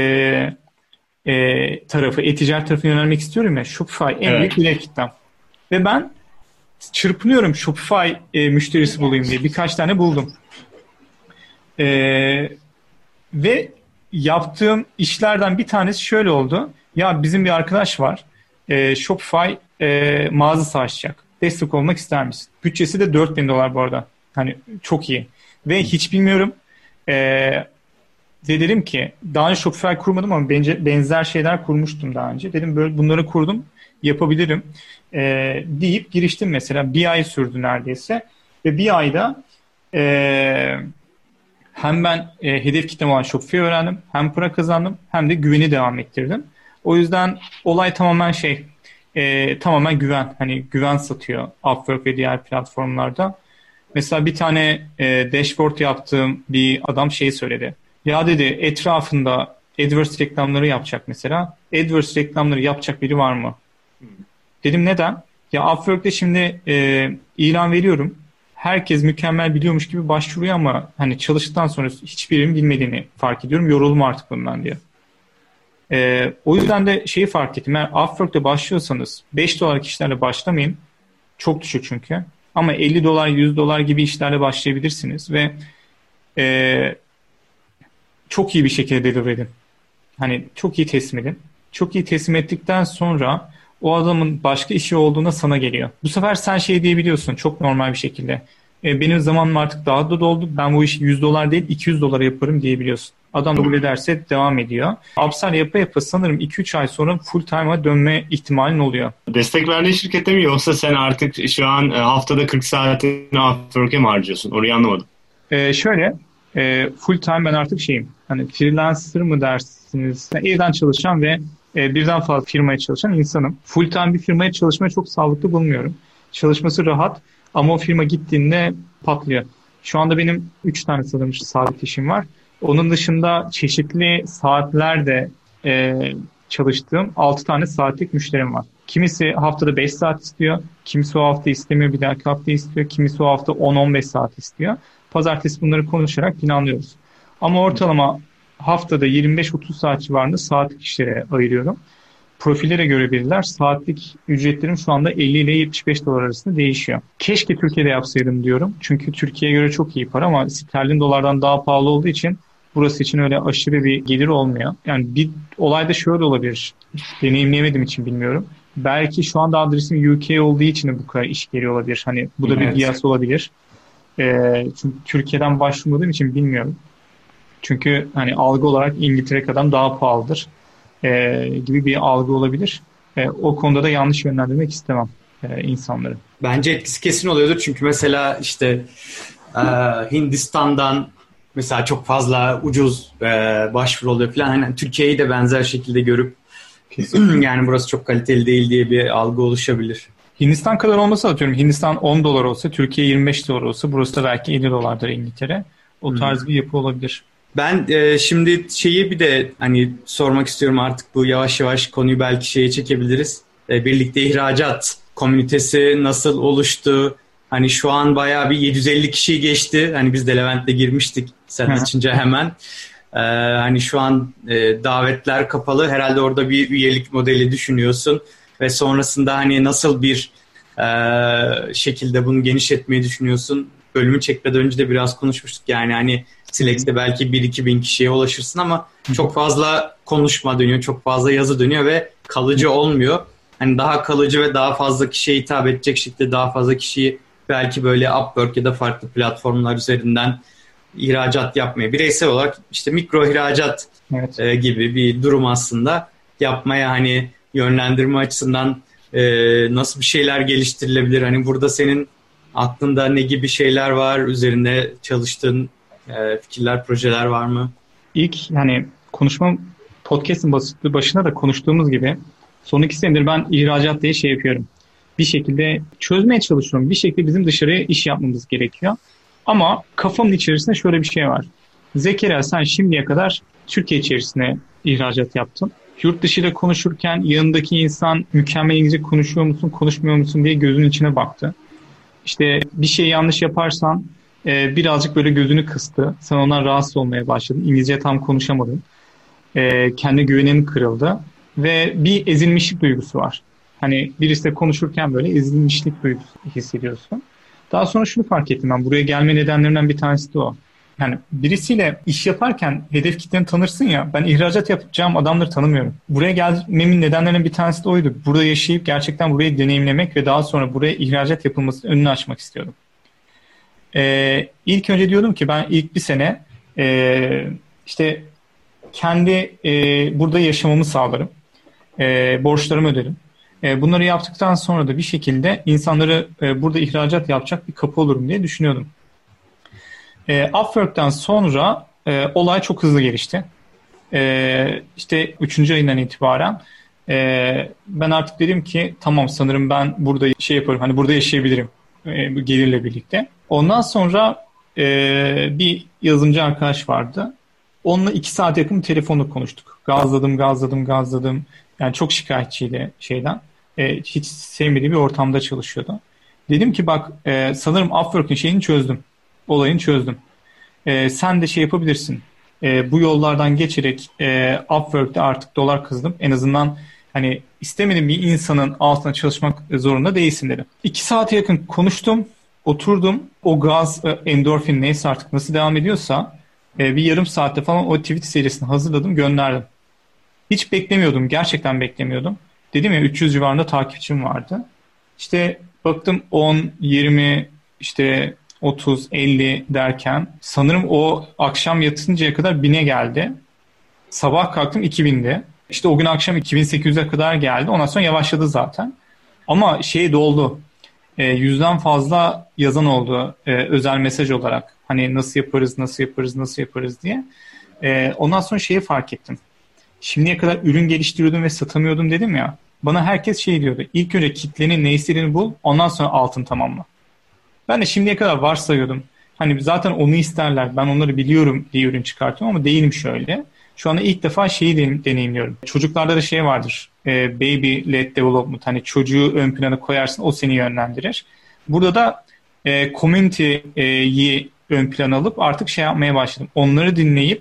tarafı, e-ticaret tarafına yönelmek istiyorum ya. Shopify en büyük hedef kitlem. Ve ben çırpınıyorum Shopify müşterisi bulayım diye. Birkaç tane buldum. Ve yaptığım işlerden bir tanesi şöyle oldu. Ya bizim bir arkadaş var. Shopify mağazası açacak. Destek olmak ister misin? Bütçesi de $4.000 bu arada. Hani çok iyi. Ve hiç bilmiyorum. Dedim ki daha önce Shopify kurmadım ama benzer şeyler kurmuştum daha önce. Dedim böyle bunları kurdum. Yapabilirim. Deyip giriştim mesela. Bir ay sürdü neredeyse. Ve bir ayda hem ben hedef kitlem olan Shopify öğrendim, hem para kazandım, hem de güveni devam ettirdim. O yüzden olay tamamen tamamen güven. Hani güven satıyor Upwork ve diğer platformlarda. Mesela bir tane dashboard yaptığım bir adam söyledi. Ya dedi etrafında AdWords reklamları yapacak mesela. AdWords reklamları yapacak biri var mı? Dedim neden? Ya Upwork'te şimdi ilan veriyorum. Herkes mükemmel biliyormuş gibi başvuruyor ama hani çalıştıktan sonra hiçbirinin bilmediğini fark ediyorum. Yoruldum artık bundan diye. O yüzden de fark ettim. Eğer Upwork'te başlıyorsanız $5 işlerle başlamayın. Çok düşük çünkü. Ama $50, $100 gibi işlerle başlayabilirsiniz ve çok iyi bir şekilde deliver edin. Hani çok iyi teslim edin. Çok iyi teslim ettikten sonra o adamın başka işi olduğunda sana geliyor. Bu sefer sen diyebiliyorsun çok normal bir şekilde. Benim zamanım artık daha da doldu. Ben bu işi $100 değil $200 yaparım diyebiliyorsun. Adam kabul ederse devam ediyor. Upsell yapa yapa sanırım 2-3 ay sonra full time'a dönme ihtimalin oluyor. Destek verdiğin şirkette mi yoksa sen artık şu an haftada 40 saatini Upwork'e mi harcıyorsun? Orayı anlamadım. Full time ben artık hani freelancer mı dersiniz? Evden çalışan ve birden fazla firmaya çalışan insanım. Full time bir firmaya çalışmayı çok sağlıklı bulmuyorum. Çalışması rahat ama o firma gittiğinde patlıyor. Şu anda benim 3 tane sanırım sabit işim var. Onun dışında çeşitli saatlerde çalıştığım 6 tane saatlik müşterim var. Kimisi haftada 5 saat istiyor. Kimisi o hafta istemiyor, bir dahaki hafta istiyor. Kimisi o hafta 10-15 saat istiyor. Pazartesi bunları konuşarak planlıyoruz. Ama ortalama haftada 25-30 saat civarında saatlik işlere ayırıyorum. Profillere göre belirler. Saatlik ücretlerim şu anda 50 ile $75 arasında değişiyor. Keşke Türkiye'de yapsaydım diyorum. Çünkü Türkiye'ye göre çok iyi para ama sterlin dolardan daha pahalı olduğu için burası için öyle aşırı bir gelir olmuyor. Yani bir olay da şöyle olabilir. Deneyimleyemediğim için bilmiyorum. Belki şu anda adresim UK olduğu için de bu kadar iş geliyor olabilir. Hani bu da bir kıyas olabilir. Çünkü Türkiye'den başvurmadığım için bilmiyorum. Çünkü hani algı olarak İngiltere kadar daha pahalıdır gibi bir algı olabilir. O konuda da yanlış yönlendirmek istemem insanları. Bence etkisi kesin oluyordur. Çünkü mesela Hindistan'dan mesela çok fazla ucuz başvuru oluyor falan. Hani Türkiye'yi de benzer şekilde görüp yani burası çok kaliteli değil diye bir algı oluşabilir. Hindistan kadar olmasa atıyorum. Hindistan $10 olsa, Türkiye $25 olsa, burası da belki $50 İngiltere. O tarz bir yapı olabilir. Ben şimdi bir de hani sormak istiyorum, artık bu yavaş yavaş konuyu belki çekebiliriz. Birlikte ihracat komünitesi nasıl oluştu? Hani şu an bayağı bir 750 kişiyi geçti. Hani biz de Levent'le girmiştik sen açınca hemen. Hani şu an davetler kapalı. Herhalde orada bir üyelik modeli düşünüyorsun. Ve sonrasında hani nasıl bir şekilde bunu genişletmeyi düşünüyorsun? Bölümü çekmeden önce de biraz konuşmuştuk. Yani hani Slack'te belki 1-2 bin kişiye ulaşırsın ama çok fazla konuşma dönüyor, çok fazla yazı dönüyor ve kalıcı olmuyor. Hani daha kalıcı ve daha fazla kişiye hitap edecek şekilde daha fazla kişiyi belki böyle Upwork ya da farklı platformlar üzerinden ihracat yapmaya, bireysel olarak mikro ihracat gibi bir durum aslında yapmaya, hani yönlendirme açısından nasıl bir şeyler geliştirilebilir? Hani burada senin aklında ne gibi şeyler var? Üzerinde çalıştığın fikirler, projeler var mı? İlk podcast'ın başına da konuştuğumuz gibi son 2 senedir ben ihracat diye yapıyorum. bir şekilde çözmeye çalışıyorum. Bir şekilde bizim dışarıya iş yapmamız gerekiyor. Ama kafamın içerisinde şöyle bir şey var. Zekeriya, sen şimdiye kadar Türkiye içerisine ihracat yaptın. Yurt dışı ile konuşurken yanındaki insan mükemmel İngilizce konuşuyor musun, konuşmuyor musun diye gözünün içine baktı. İşte bir şey yanlış yaparsan birazcık böyle gözünü kıstı. Sen ondan rahatsız olmaya başladın. İngilizce tam konuşamadın. Kendi güvenin kırıldı. Ve bir ezilmişlik duygusu var. Hani birisiyle konuşurken böyle ezilmişlik duygusu hissediyorsun. Daha sonra şunu fark ettim ben. Buraya gelme nedenlerinden bir tanesi de o. Yani birisiyle iş yaparken hedef kitleni tanırsın ya. Ben ihracat yapacağım adamları tanımıyorum. Buraya gelmemin nedenlerinden bir tanesi de oydu. Burada yaşayıp gerçekten burayı deneyimlemek ve daha sonra buraya ihracat yapılmasının önünü açmak istiyordum. İlk önce diyordum ki ben ilk bir sene işte kendi burada yaşamamı sağlarım. Borçlarımı öderim. Bunları yaptıktan sonra da bir şekilde insanları burada ihracat yapacak bir kapı olurum diye düşünüyordum. Upwork'tan sonra olay çok hızlı gelişti. İşte 3. ayından itibaren ben artık dedim ki tamam, sanırım ben burada şey yaparım, hani burada yaşayabilirim bu gelirle birlikte. Ondan sonra bir yazılımcı arkadaş vardı. Onunla 2 saat yakın telefonla konuştuk. Gazladım. Yani çok şikayetçiydi şeyden. Hiç sevmediği bir ortamda çalışıyordu. Dedim ki bak, sanırım Upwork'ın şeyini çözdüm. Olayını çözdüm. Sen de şey yapabilirsin. Bu yollardan geçerek Upwork'te artık dolar kazanıp en azından hani istemediğin bir insanın altına çalışmak zorunda değilsin dedim. 2 saate yakın konuştum. Oturdum. O gaz, endorfin neyse artık nasıl devam ediyorsa bir yarım saatte falan o tweet serisini hazırladım, gönderdim. Hiç beklemiyordum. Gerçekten beklemiyordum. Dedim ya, 300 civarında takipçim vardı. İşte baktım 10, 20, işte 30, 50 derken sanırım o akşam yatıncaya kadar 1000'e geldi. Sabah kalktım 2000'de. İşte o gün akşam 2800'e kadar geldi. Ondan sonra yavaşladı zaten. Ama şey doldu. 100'den fazla yazan oldu özel mesaj olarak. Hani nasıl yaparız diye. Ondan sonra şeyi fark ettim. Şimdiye kadar ürün geliştiriyordum ve satamıyordum dedim ya. Bana herkes şey diyordu. İlk önce kitlenin ne istediğini bul, ondan sonra altın tamamla. Ben de şimdiye kadar varsayıyordum. Hani zaten onu isterler, ben onları biliyorum diye ürün çıkartıyorum ama değilim şöyle. Şu anda ilk defa şeyi deneyimliyorum. Çocuklarda da şey vardır. Baby led development. Hani çocuğu ön plana koyarsın, o seni yönlendirir. Burada da community'yi ön plana alıp artık şey yapmaya başladım. Onları dinleyip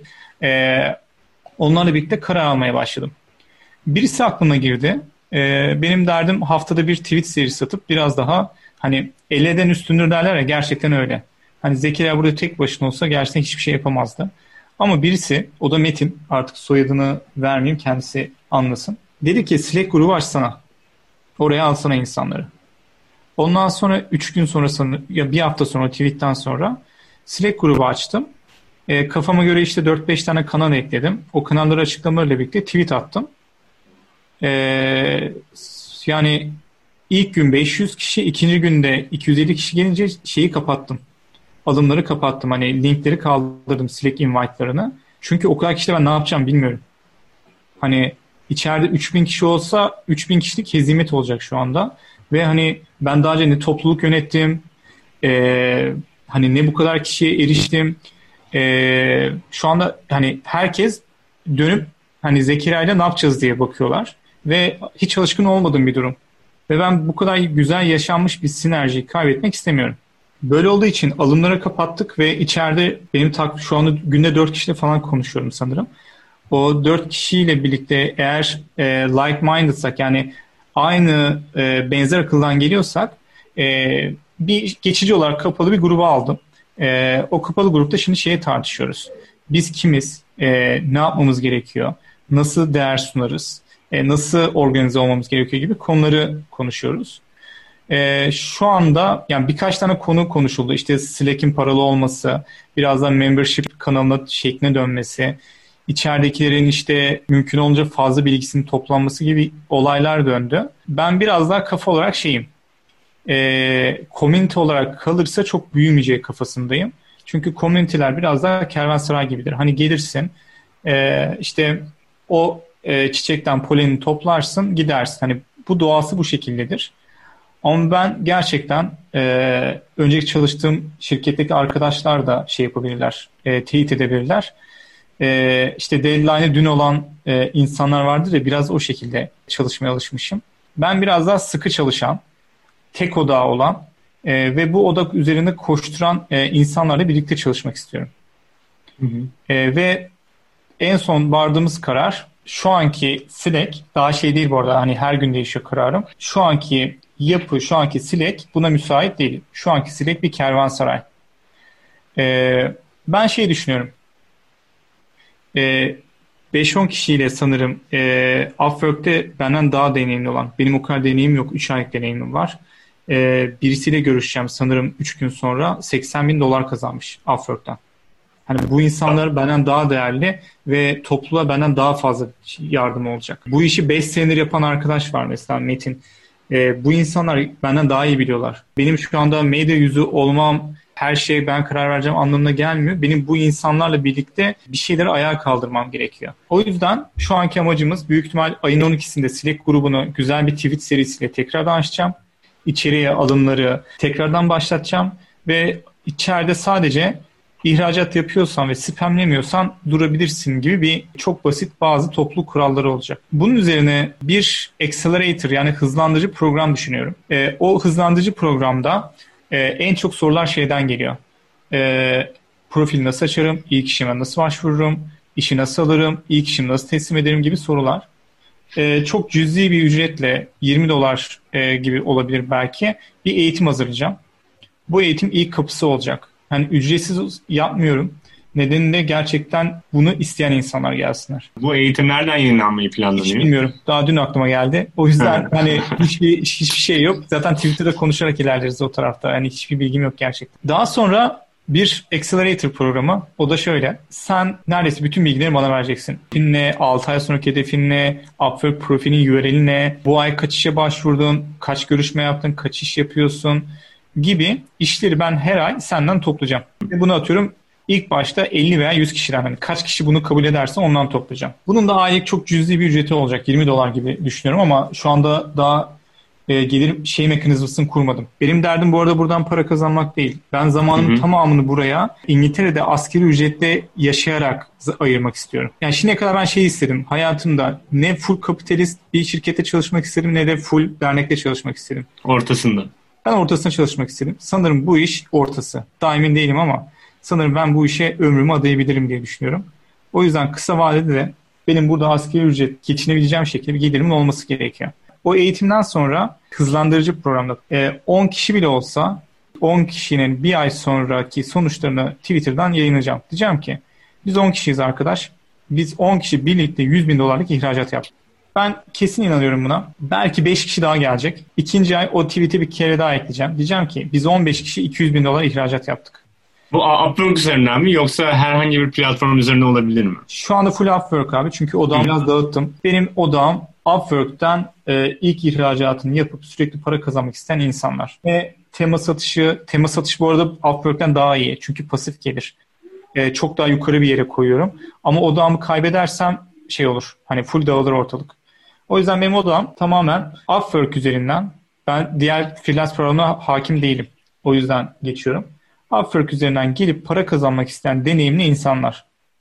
onlarla birlikte karar almaya başladım. Birisi aklıma girdi. Benim derdim haftada bir tweet serisi atıp biraz daha hani eleden üstündür derler ya, gerçekten öyle. Hani Zekeriya burada tek başına olsa gerçekten hiçbir şey yapamazdı. Ama birisi, o da Metin, artık soyadını vermeyeyim kendisi anlasın. Dedi ki Slack grubu açsana. Oraya alsana insanları. Ondan sonra 3 gün sonra ya bir hafta sonra tweetten sonra Slack grubu açtım. Kafama göre işte 4-5 tane kanal ekledim. O kanalları açıklamalarıyla birlikte tweet attım. Yani ilk gün 500 kişi, ikinci günde 250 kişi gelince şeyi kapattım. Alımları kapattım. Hani linkleri kaldırdım, Slack invite'larını. Çünkü o kadar kişiyle ben ne yapacağım bilmiyorum. Hani içeride 3000 kişi olsa 3000 kişilik hezimet olacak şu anda. Ve hani ben daha önce ne topluluk yönettim, hani ne bu kadar kişiye eriştim. Şu anda hani herkes dönüp hani Zekeriya'yla ne yapacağız diye bakıyorlar. Ve hiç alışkın olmadığım bir durum. Ve ben bu kadar güzel yaşanmış bir sinerjiyi kaybetmek istemiyorum. Böyle olduğu için alımları kapattık ve içeride benim şu anda günde 4 kişiyle falan konuşuyorum sanırım. O 4 kişiyle birlikte eğer like-minded'sak, yani aynı benzer akıldan geliyorsak bir geçici olarak kapalı bir gruba aldım. O kapalı grupta şimdi şeyi tartışıyoruz. Biz kimiz? Ne yapmamız gerekiyor? Nasıl değer sunarız? Nasıl organize olmamız gerekiyor gibi konuları konuşuyoruz. Şu anda yani birkaç tane konu konuşuldu. İşte Slack'in paralı olması, birazdan membership kanalına şekline dönmesi, içeridekilerin işte mümkün olunca fazla bilgisinin toplanması gibi olaylar döndü. Ben biraz daha kafa olarak şeyim. Community olarak kalırsa çok büyümeyecek kafasındayım. Çünkü community'ler biraz daha kervansaray gibidir. Hani gelirsin, işte o çiçekten polenini toplarsın, gidersin. Hani bu doğası bu şekildedir. Ama ben gerçekten önceki çalıştığım şirketteki arkadaşlar da şey yapabilirler, teyit edebilirler. İşte deadline'ı dün olan insanlar vardır ya, biraz o şekilde çalışmaya alışmışım. Ben biraz daha sıkı çalışan, tek odağı olan ve bu odak üzerinde koşturan insanlarla birlikte çalışmak istiyorum. Hı hı. Ve en son vardığımız karar, şu anki Slack daha şey değil bu arada, hani her gün değişiyor kararım. Şu anki yapı, şu anki Slack buna müsait değil. Şu anki Slack bir kervansaray. Ben şey düşünüyorum. 5-10 kişiyle sanırım Upwork'te benden daha deneyimli olan, benim o kadar deneyimim yok, 3 aylık deneyimim var. Birisiyle görüşeceğim sanırım 3 gün sonra, $80,000 kazanmış Upwork'tan. Hani bu insanlar benden daha değerli ve topluluğa benden daha fazla yardım olacak. Bu işi 5 senedir yapan arkadaş var mesela, Metin. Bu insanlar benden daha iyi biliyorlar. Benim şu anda medya yüzü olmam, her şeye ben karar vereceğim anlamına gelmiyor. Benim bu insanlarla birlikte bir şeyleri ayağa kaldırmam gerekiyor. O yüzden şu anki amacımız büyük ihtimal ayın 12'sinde Slack grubunu güzel bir tweet serisiyle tekrardan açacağım. İçeriye alımları tekrardan başlatacağım ve içeride sadece ihracat yapıyorsan ve spamlemiyorsan durabilirsin gibi bir çok basit bazı topluluk kuralları olacak. Bunun üzerine bir accelerator, yani hızlandırıcı program düşünüyorum. O hızlandırıcı programda en çok sorular şeyden geliyor. Profil nasıl açarım? İlk işime nasıl başvururum? İşi nasıl alırım? İlk işimi nasıl teslim ederim gibi sorular. Çok cüzi bir ücretle $20 gibi olabilir belki, bir eğitim hazırlayacağım. Bu eğitim ilk kapısı olacak. Hani ücretsiz yapmıyorum. Nedeni de gerçekten bunu isteyen insanlar gelsinler. Bu eğitim nereden yayınlanmayı planlanıyor? Hiç bilmiyorum. Daha dün aklıma geldi. O yüzden hani hiçbir şey yok. Zaten Twitter'da konuşarak ilerleriz o tarafta. Yani hiçbir bilgim yok gerçekten. Daha sonra bir accelerator programı. O da şöyle. Sen neredeyse bütün bilgileri bana vereceksin. Hedefin ne? 6 ay sonraki hedefin ne? Upwork profilin URL'i ne? Bu ay kaç işe başvurdun? Kaç görüşme yaptın? Kaç iş yapıyorsun? Gibi işleri ben her ay senden toplayacağım. Ve bunu atıyorum ilk başta 50 veya 100 kişiden, hani kaç kişi bunu kabul ederse ondan toplayacağım. Bunun da aylık çok cüzi bir ücreti olacak. $20 gibi düşünüyorum ama şu anda daha gelir mekanizmasını kurmadım. Benim derdim bu arada buradan para kazanmak değil. Ben zamanımın tamamını buraya İngiltere'de asgari ücretle yaşayarak ayırmak istiyorum. Yani şimdiye kadar ben şey istedim. Hayatımda ne full kapitalist bir şirkette çalışmak istedim, ne de full dernekte çalışmak istedim. Ortasında. Ben ortasına çalışmak istedim. Sanırım bu iş ortası. Daha emin değilim ama sanırım ben bu işe ömrümü adayabilirim diye düşünüyorum. O yüzden kısa vadede de benim burada asgari ücret geçinebileceğim şekilde bir gelirimin olması gerekiyor. O eğitimden sonra hızlandırıcı programda 10 kişi bile olsa 10 kişinin bir ay sonraki sonuçlarını Twitter'dan yayınlayacağım. Diyeceğim ki biz 10 kişiyiz arkadaş. Biz 10 kişi birlikte $100,000 ihracat yaptık. Ben kesin inanıyorum buna. Belki 5 kişi daha gelecek. İkinci ay o tweet'i bir kere daha ekleyeceğim. Diyeceğim ki biz 15 kişi $200,000 ihracat yaptık. Bu Upwork üzerinden mi yoksa herhangi bir platform üzerinde olabilir mi? Şu anda full Upwork abi. Çünkü odağımı biraz dağıttım. Benim odağım Upwork'ten ilk ihracatını yapıp sürekli para kazanmak isteyen insanlar. Ve tema satış bu arada Upwork'ten daha iyi. Çünkü pasif gelir. Çok daha yukarı bir yere koyuyorum. Ama odağımı kaybedersem şey olur. Hani full dağılır ortalık. O yüzden benim odağım tamamen Upwork üzerinden. Ben diğer freelance programına hakim değilim. O yüzden geçiyorum. Upwork üzerinden gelip para kazanmak isteyen deneyimli insanlar.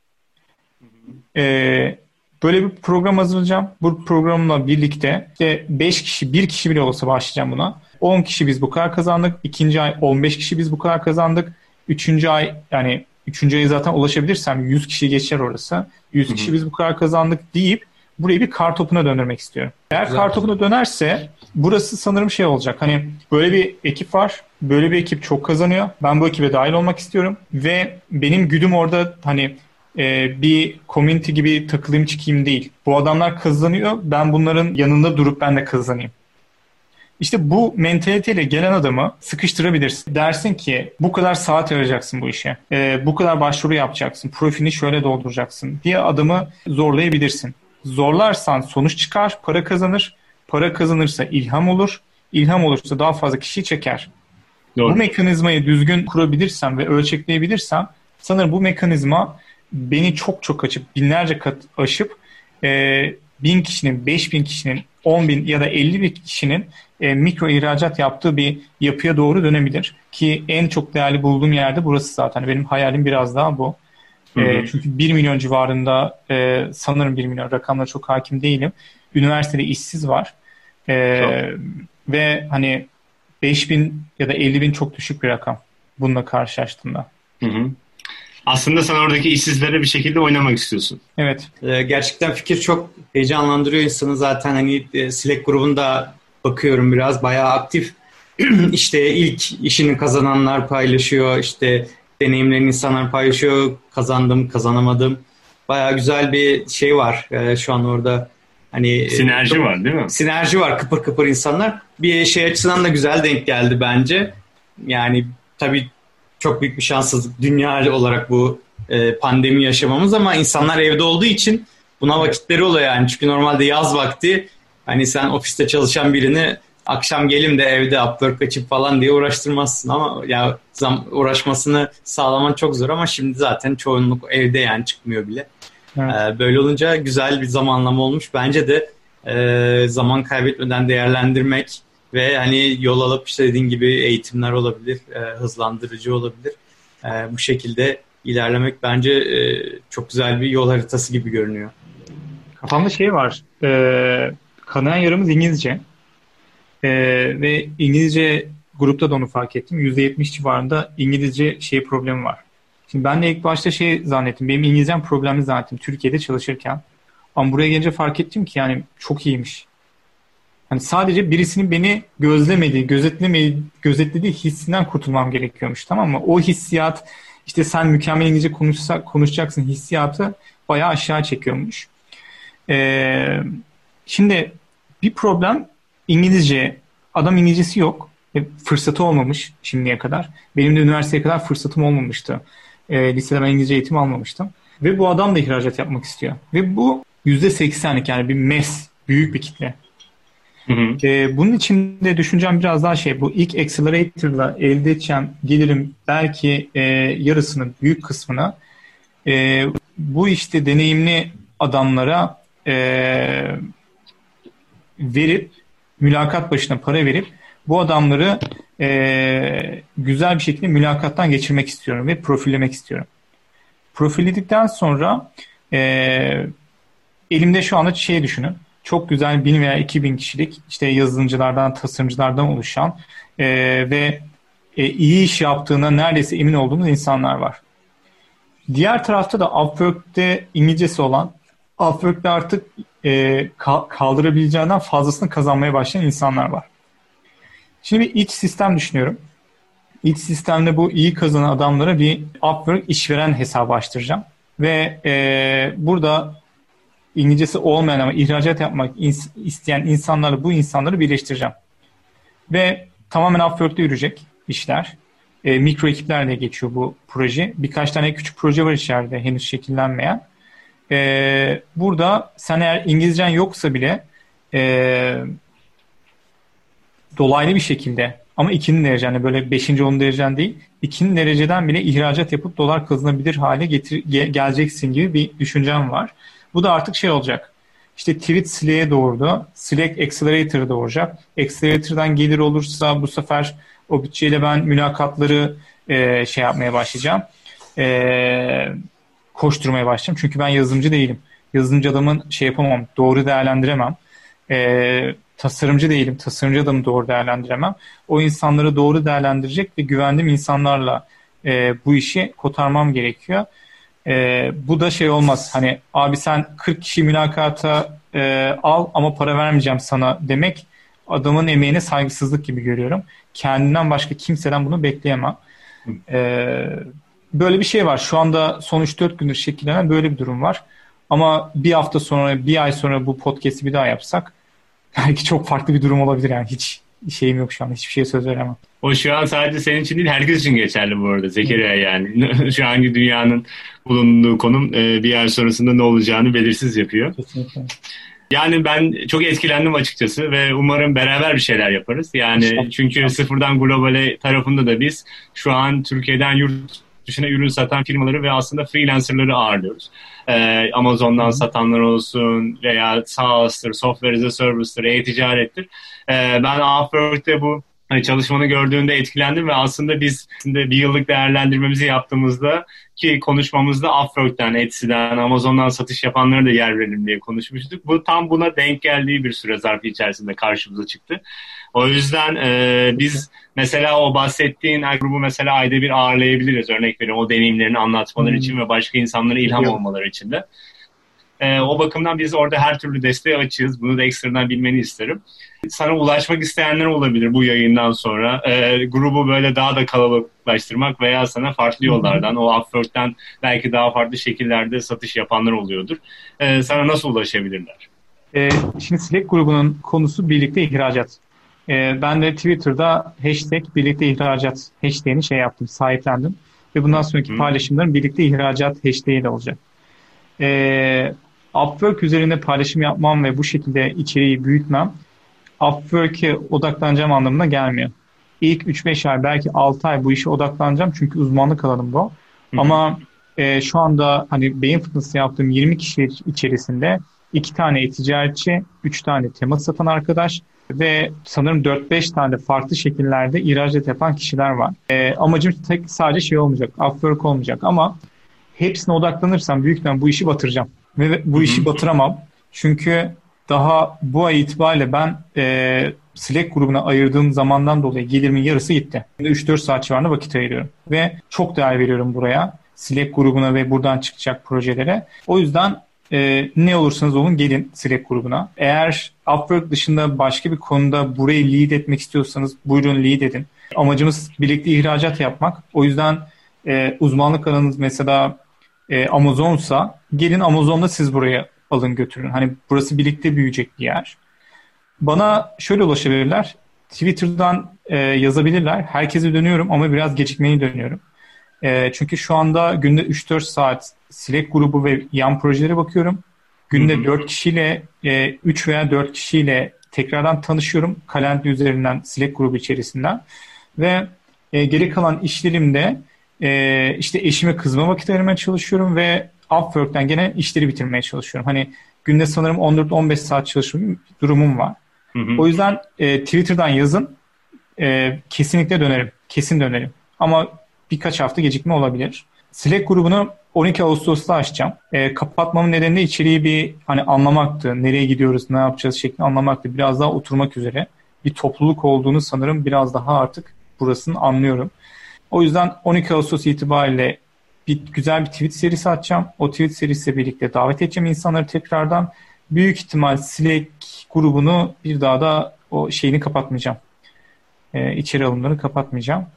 Böyle bir program hazırlayacağım. Bu programla birlikte işte 5 kişi, 1 kişi bile olsa başlayacağım buna. 10 kişi biz bu kadar kazandık. İkinci ay 15 kişi biz bu kadar kazandık. Üçüncü ay, yani üçüncü aya zaten ulaşabilirsem 100 kişi geçer orası. 100 kişi biz bu kadar kazandık deyip burayı bir kartopuna döndürmek istiyorum. Eğer kartopuna dönerse burası sanırım şey olacak. Hani böyle bir ekip var. Böyle bir ekip çok kazanıyor. Ben bu ekibe dahil olmak istiyorum. Ve benim güdüm orada hani bir community gibi takılayım çıkayım değil. Bu adamlar kazanıyor. Ben bunların yanında durup ben de kazanayım. İşte bu mentaliteyle gelen adamı sıkıştırabilirsin. Dersin ki bu kadar saat ayıracaksın bu işe. Bu kadar başvuru yapacaksın. Profilini şöyle dolduracaksın diye adamı zorlayabilirsin. Zorlarsan sonuç çıkar, para kazanır. Para kazanırsa ilham olur. İlham olursa daha fazla kişiyi çeker. Doğru. Bu mekanizmayı düzgün kurabilirsem ve ölçekleyebilirsem sanırım bu mekanizma beni çok açıp binlerce kat aşıp 1000 kişinin, 5000 kişinin, 10.000 ya da 50.000 kişinin mikro ihracat yaptığı bir yapıya doğru dönebilir. Ki en çok değerli bulduğum yerde burası zaten. Benim hayalim biraz daha bu. Çünkü 1 milyon civarında, sanırım 1 milyon, rakamlara çok hakim değilim. Üniversitede işsiz var. Ve hani 5.000 ya da 50.000 çok düşük bir rakam bununla karşılaştığımda. Aslında sen oradaki işsizlere bir şekilde oynamak istiyorsun. Evet. Gerçekten fikir çok heyecanlandırıyor insanı. Zaten hani Slack grubunda bakıyorum, biraz bayağı aktif. İşte ilk işini kazananlar paylaşıyor. İşte deneyimlerini insanlar paylaşıyor. Kazandım, kazanamadım. Bayağı güzel bir şey var şu an orada. Hani sinerji var değil mi? Sinerji var, kıpır kıpır insanlar. Bir şey açısından da güzel denk geldi bence. Yani tabii çok büyük bir şanssızlık dünya olarak bu pandemi yaşamamız, ama insanlar evde olduğu için buna vakitleri oluyor yani. Çünkü normalde yaz vakti hani sen ofiste çalışan birini akşam gelim de evde Upwork açıp falan diye uğraştırmazsın, ama ya uğraşmasını sağlaman çok zor, ama şimdi zaten çoğunluk evde, yani çıkmıyor bile. Evet. Böyle olunca güzel bir zamanlama olmuş. Bence de zaman kaybetmeden değerlendirmek ve hani yol alıp işte dediğin gibi eğitimler olabilir, hızlandırıcı olabilir. Bu şekilde ilerlemek bence çok güzel bir yol haritası gibi görünüyor. Kafamda şey var, kanayan yaramız İngilizce. Ve İngilizce grupta da onu fark ettim. %70 civarında İngilizce problemi var. Şimdi ben de ilk başta zannettim. Benim İngilizcem problemli zannettim Türkiye'de çalışırken. Ama buraya gelince fark ettim ki yani çok iyiymiş. Hani sadece birisinin beni gözetlediği hissinden kurtulmam gerekiyormuş, tamam mı? O hissiyat, işte sen mükemmel İngilizce konuşacaksın hissiyatı bayağı aşağı çekiyormuş. Şimdi bir problem İngilizce. Adam İngilizcesi yok. Fırsatı olmamış şimdiye kadar. Benim de üniversiteye kadar fırsatım olmamıştı. Lisede ben İngilizce eğitim almamıştım. Ve bu adam da ihracat yapmak istiyor. Ve bu %80'lik, yani bir büyük bir kitle. Bunun için de düşüneceğim biraz daha bu ilk Accelerator'la elde edeceğim gelirim belki yarısının büyük kısmını bu işte deneyimli adamlara verip, mülakat başına para verip bu adamları güzel bir şekilde mülakattan geçirmek istiyorum ve profillemek istiyorum. Profilledikten sonra elimde şu anda düşünün. Çok güzel 1000 veya 2000 kişilik işte yazılımcılardan, tasarımcılardan oluşan ve iyi iş yaptığına neredeyse emin olduğumuz insanlar var. Diğer tarafta da Upwork'te İngilizcesi olan, Upwork'te artık kaldırabileceğinden fazlasını kazanmaya başlayan insanlar var. Şimdi bir iç sistem düşünüyorum. İç sistemde bu iyi kazanan adamlara bir Upwork işveren hesabı açtıracağım. Ve burada İngilizcesi olmayan ama ihracat yapmak isteyen insanlarla bu insanları birleştireceğim. Ve tamamen Upwork'ta yürüyecek işler. Mikro ekiplerle geçiyor bu proje. Birkaç tane küçük proje var içeride henüz şekillenmeyen. Burada sen eğer İngilizcen yoksa bile dolaylı bir şekilde, ama 2'nin derecen, böyle 5. 10. derecen değil, 2'nin dereceden bile ihracat yapıp dolar kazanabilir hale geleceksin gibi bir düşüncem var. Bu da artık olacak. İşte tweet Slack'e doğurdu. Slack Accelerator'a doğuracak. Accelerator'dan gelir olursa bu sefer o bütçeyle ben mülakatları yapmaya başlayacağım. Koşturmaya başlayacağım. Çünkü ben yazılımcı değilim. Yazılımcı adamın yapamam. Doğru değerlendiremem. Tasarımcı değilim. Tasarımcı adamı doğru değerlendiremem. O insanları doğru değerlendirecek ve güvendiğim insanlarla bu işi kotarmam gerekiyor. Bu da olmaz. Hani abi sen 40 kişi mülakata al ama para vermeyeceğim sana demek adamın emeğine saygısızlık gibi görüyorum. Kendimden başka kimseden bunu bekleyemem. Böyle bir şey var. Şu anda son 3-4 gündür şekillenen böyle bir durum var. Ama bir hafta sonra, bir ay sonra bu podcast'i bir daha yapsak belki çok farklı bir durum olabilir yani. Hiç şeyim yok şu an. Hiçbir şeye söz veremem. O şu an sadece senin için değil, herkes için geçerli bu arada Zekeriya yani. Şu anki dünyanın bulunduğu konum bir ay sonrasında ne olacağını belirsiz yapıyor. Kesinlikle. Yani ben çok etkilendim açıkçası ve umarım beraber bir şeyler yaparız. Yani çünkü Sıfırdan Globale tarafında da biz şu an Türkiye'den yurt yurt dışına ürün satan firmaları ve aslında freelancerları ağırlıyoruz. Amazon'dan satanlar olsun veya SaaS'tır, Software as a Service'tir, e-ticarettir. Ben Upwork'te bu çalışmanı gördüğümde etkilendim ve aslında biz bir yıllık değerlendirmemizi yaptığımızda ki konuşmamızda Upwork'ten, Etsy'den, Amazon'dan satış yapanlara da yer verelim diye konuşmuştuk. Bu tam buna denk geldiği bir süre zarfı içerisinde karşımıza çıktı. O yüzden biz mesela o bahsettiğin grubu mesela ayda bir ağırlayabiliriz. Örnek veriyorum o deneyimlerini anlatmaları için ve başka insanlara ilham olmaları için de. O bakımdan biz orada her türlü desteği açığız. Bunu da ekstradan bilmeni isterim. Sana ulaşmak isteyenler olabilir bu yayından sonra. Grubu böyle daha da kalabalıklaştırmak veya sana farklı yollardan, o Upwork'ten belki daha farklı şekillerde satış yapanlar oluyordur. Sana nasıl ulaşabilirler? Şimdi Slack grubunun konusu birlikte ihracat. Ben de Twitter'da #birlikte ihracat hashtag'ini yaptım, sahiplendim. Ve bundan sonraki paylaşımlarım birlikte ihracat hashtag ile olacak. Upwork üzerinde paylaşım yapmam ve bu şekilde içeriği büyütmem Upwork'e odaklanacağım anlamına gelmiyor. İlk 3-5 ay belki 6 ay bu işe odaklanacağım çünkü uzmanlık alanım bu. Ama şu anda hani beyin fitness'ı yaptığım 20 kişi içerisinde 2 tane e-ticaretçi, 3 tane temas satan arkadaş ve sanırım 4-5 tane farklı şekillerde ihracat yapan kişiler var. Amacım sadece olmayacak, Upwork olmayacak ama hepsine odaklanırsam büyük ihtimalle bu işi batıracağım. Ve bu işi batıramam. Çünkü daha bu ay itibariyle ben Slack grubuna ayırdığım zamandan dolayı gelirimin yarısı gitti. 3-4 saat civarında vakit ayırıyorum. Ve çok değer veriyorum buraya. Slack grubuna ve buradan çıkacak projelere. O yüzden ne olursanız olun gelin Slack grubuna. Eğer Upwork dışında başka bir konuda burayı lead etmek istiyorsanız buyurun lead edin. Amacımız birlikte ihracat yapmak. O yüzden uzmanlık alanınız mesela Amazon'sa gelin Amazon'da siz buraya alın götürün. Hani burası birlikte büyüyecek bir yer. Bana şöyle ulaşabilirler. Twitter'dan yazabilirler. Herkese dönüyorum ama biraz gecikmeli dönüyorum. Çünkü şu anda günde 3-4 saat Slack grubu ve yan projelere bakıyorum. Günde 4 kişiyle 3 veya 4 kişiyle tekrardan tanışıyorum. Calendly üzerinden Slack grubu içerisinden. Ve geri kalan işlerimde işte eşime kızma vakit ayırmaya çalışıyorum ve Upwork'ten gene işleri bitirmeye çalışıyorum. Hani günde sanırım 14-15 saat çalışma durumum var. O yüzden Twitter'dan yazın. Kesinlikle dönerim. Kesin dönerim. Ama birkaç hafta gecikme olabilir. Slack grubunu 12 Ağustos'ta açacağım. Kapatmamın nedeni de içeriği bir hani anlamaktı. Nereye gidiyoruz, ne yapacağız şeklinde anlamaktı. Biraz daha oturmak üzere. Bir topluluk olduğunu sanırım biraz daha artık burasını anlıyorum. O yüzden 12 Ağustos itibariyle güzel bir tweet serisi açacağım. O tweet serisiyle birlikte davet edeceğim insanları tekrardan. Büyük ihtimal Slack grubunu bir daha da o şeyini kapatmayacağım. İçeri alımları kapatmayacağım.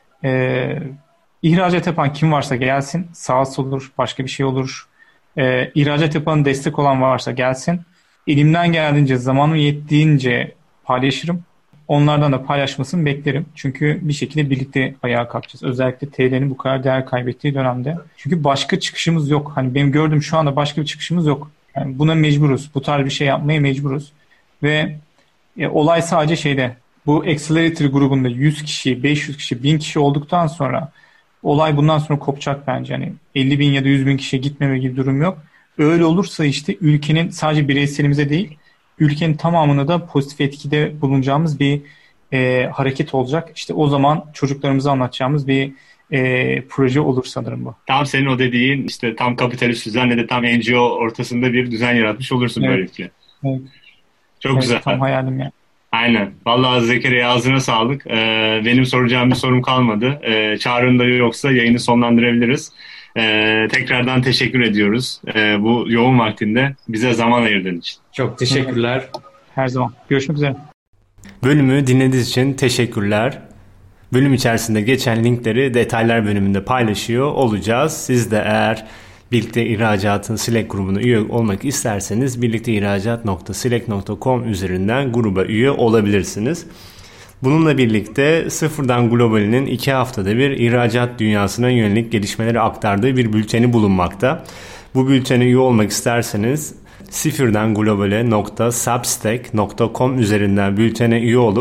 İhracat yapan kim varsa gelsin. SaaS olur, başka bir şey olur. İhracat yapan destek olan varsa gelsin. Elimden geldiğince, zamanım yettiğince paylaşırım. Onlardan da paylaşmasını beklerim. Çünkü bir şekilde birlikte ayağa kalkacağız. Özellikle TL'nin bu kadar değer kaybettiği dönemde. Çünkü başka çıkışımız yok. Hani benim gördüğüm şu anda başka bir çıkışımız yok. Yani buna mecburuz. Bu tarz bir şey yapmaya mecburuz. Ve olay sadece bu Accelerator grubunda 100 kişi, 500 kişi, 1000 kişi olduktan sonra olay bundan sonra kopacak bence. Yani 50 bin ya da 100 bin kişiye gitmeme gibi durum yok. Öyle olursa işte ülkenin sadece bireyselimize değil, ülkenin tamamına da pozitif etkide bulunacağımız bir hareket olacak. İşte o zaman çocuklarımıza anlatacağımız bir proje olur sanırım bu. Tam senin o dediğin işte tam kapitalist düzen ne de tam NGO ortasında bir düzen yaratmış olursun böylelikle. Evet. Çok güzel. Tam hayalim yani. Aynen. Vallahi Zekeriya ağzına sağlık. Benim soracağım bir sorum kalmadı. Çağrı'nın da yoksa yayını sonlandırabiliriz. Tekrardan teşekkür ediyoruz. Bu yoğun vaktinde bize zaman ayırdığın için. Çok teşekkürler. Her zaman. Görüşmek üzere. Bölümü dinlediğiniz için teşekkürler. Bölüm içerisinde geçen linkleri detaylar bölümünde paylaşıyor olacağız. Siz de eğer Birlikte İhracat'ın Slack grubuna üye olmak isterseniz birlikteihracat.slack.com üzerinden gruba üye olabilirsiniz. Bununla birlikte Sıfırdan Global'inin 2 haftada bir ihracat dünyasına yönelik gelişmeleri aktardığı bir bülteni bulunmakta. Bu bültene üye olmak isterseniz sıfırdanglobale.substack.com üzerinden bültene üye olup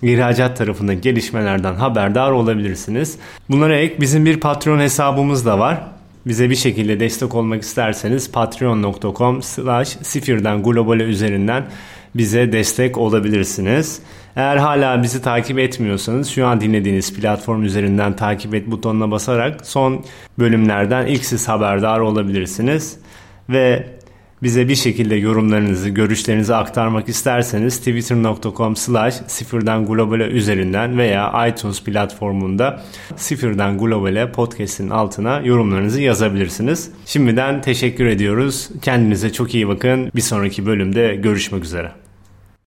ihracat tarafındaki gelişmelerden haberdar olabilirsiniz. Bunlara ek bizim bir Patreon hesabımız da var. Bize bir şekilde destek olmak isterseniz patreon.com/sifirdenglobale üzerinden bize destek olabilirsiniz. Eğer hala bizi takip etmiyorsanız şu an dinlediğiniz platform üzerinden takip et butonuna basarak son bölümlerden ilk siz haberdar olabilirsiniz. Ve bize bir şekilde yorumlarınızı, görüşlerinizi aktarmak isterseniz twitter.com/sifirdenglobale üzerinden veya iTunes platformunda Sifirden Globale podcast'in altına yorumlarınızı yazabilirsiniz. Şimdiden teşekkür ediyoruz. Kendinize çok iyi bakın. Bir sonraki bölümde görüşmek üzere.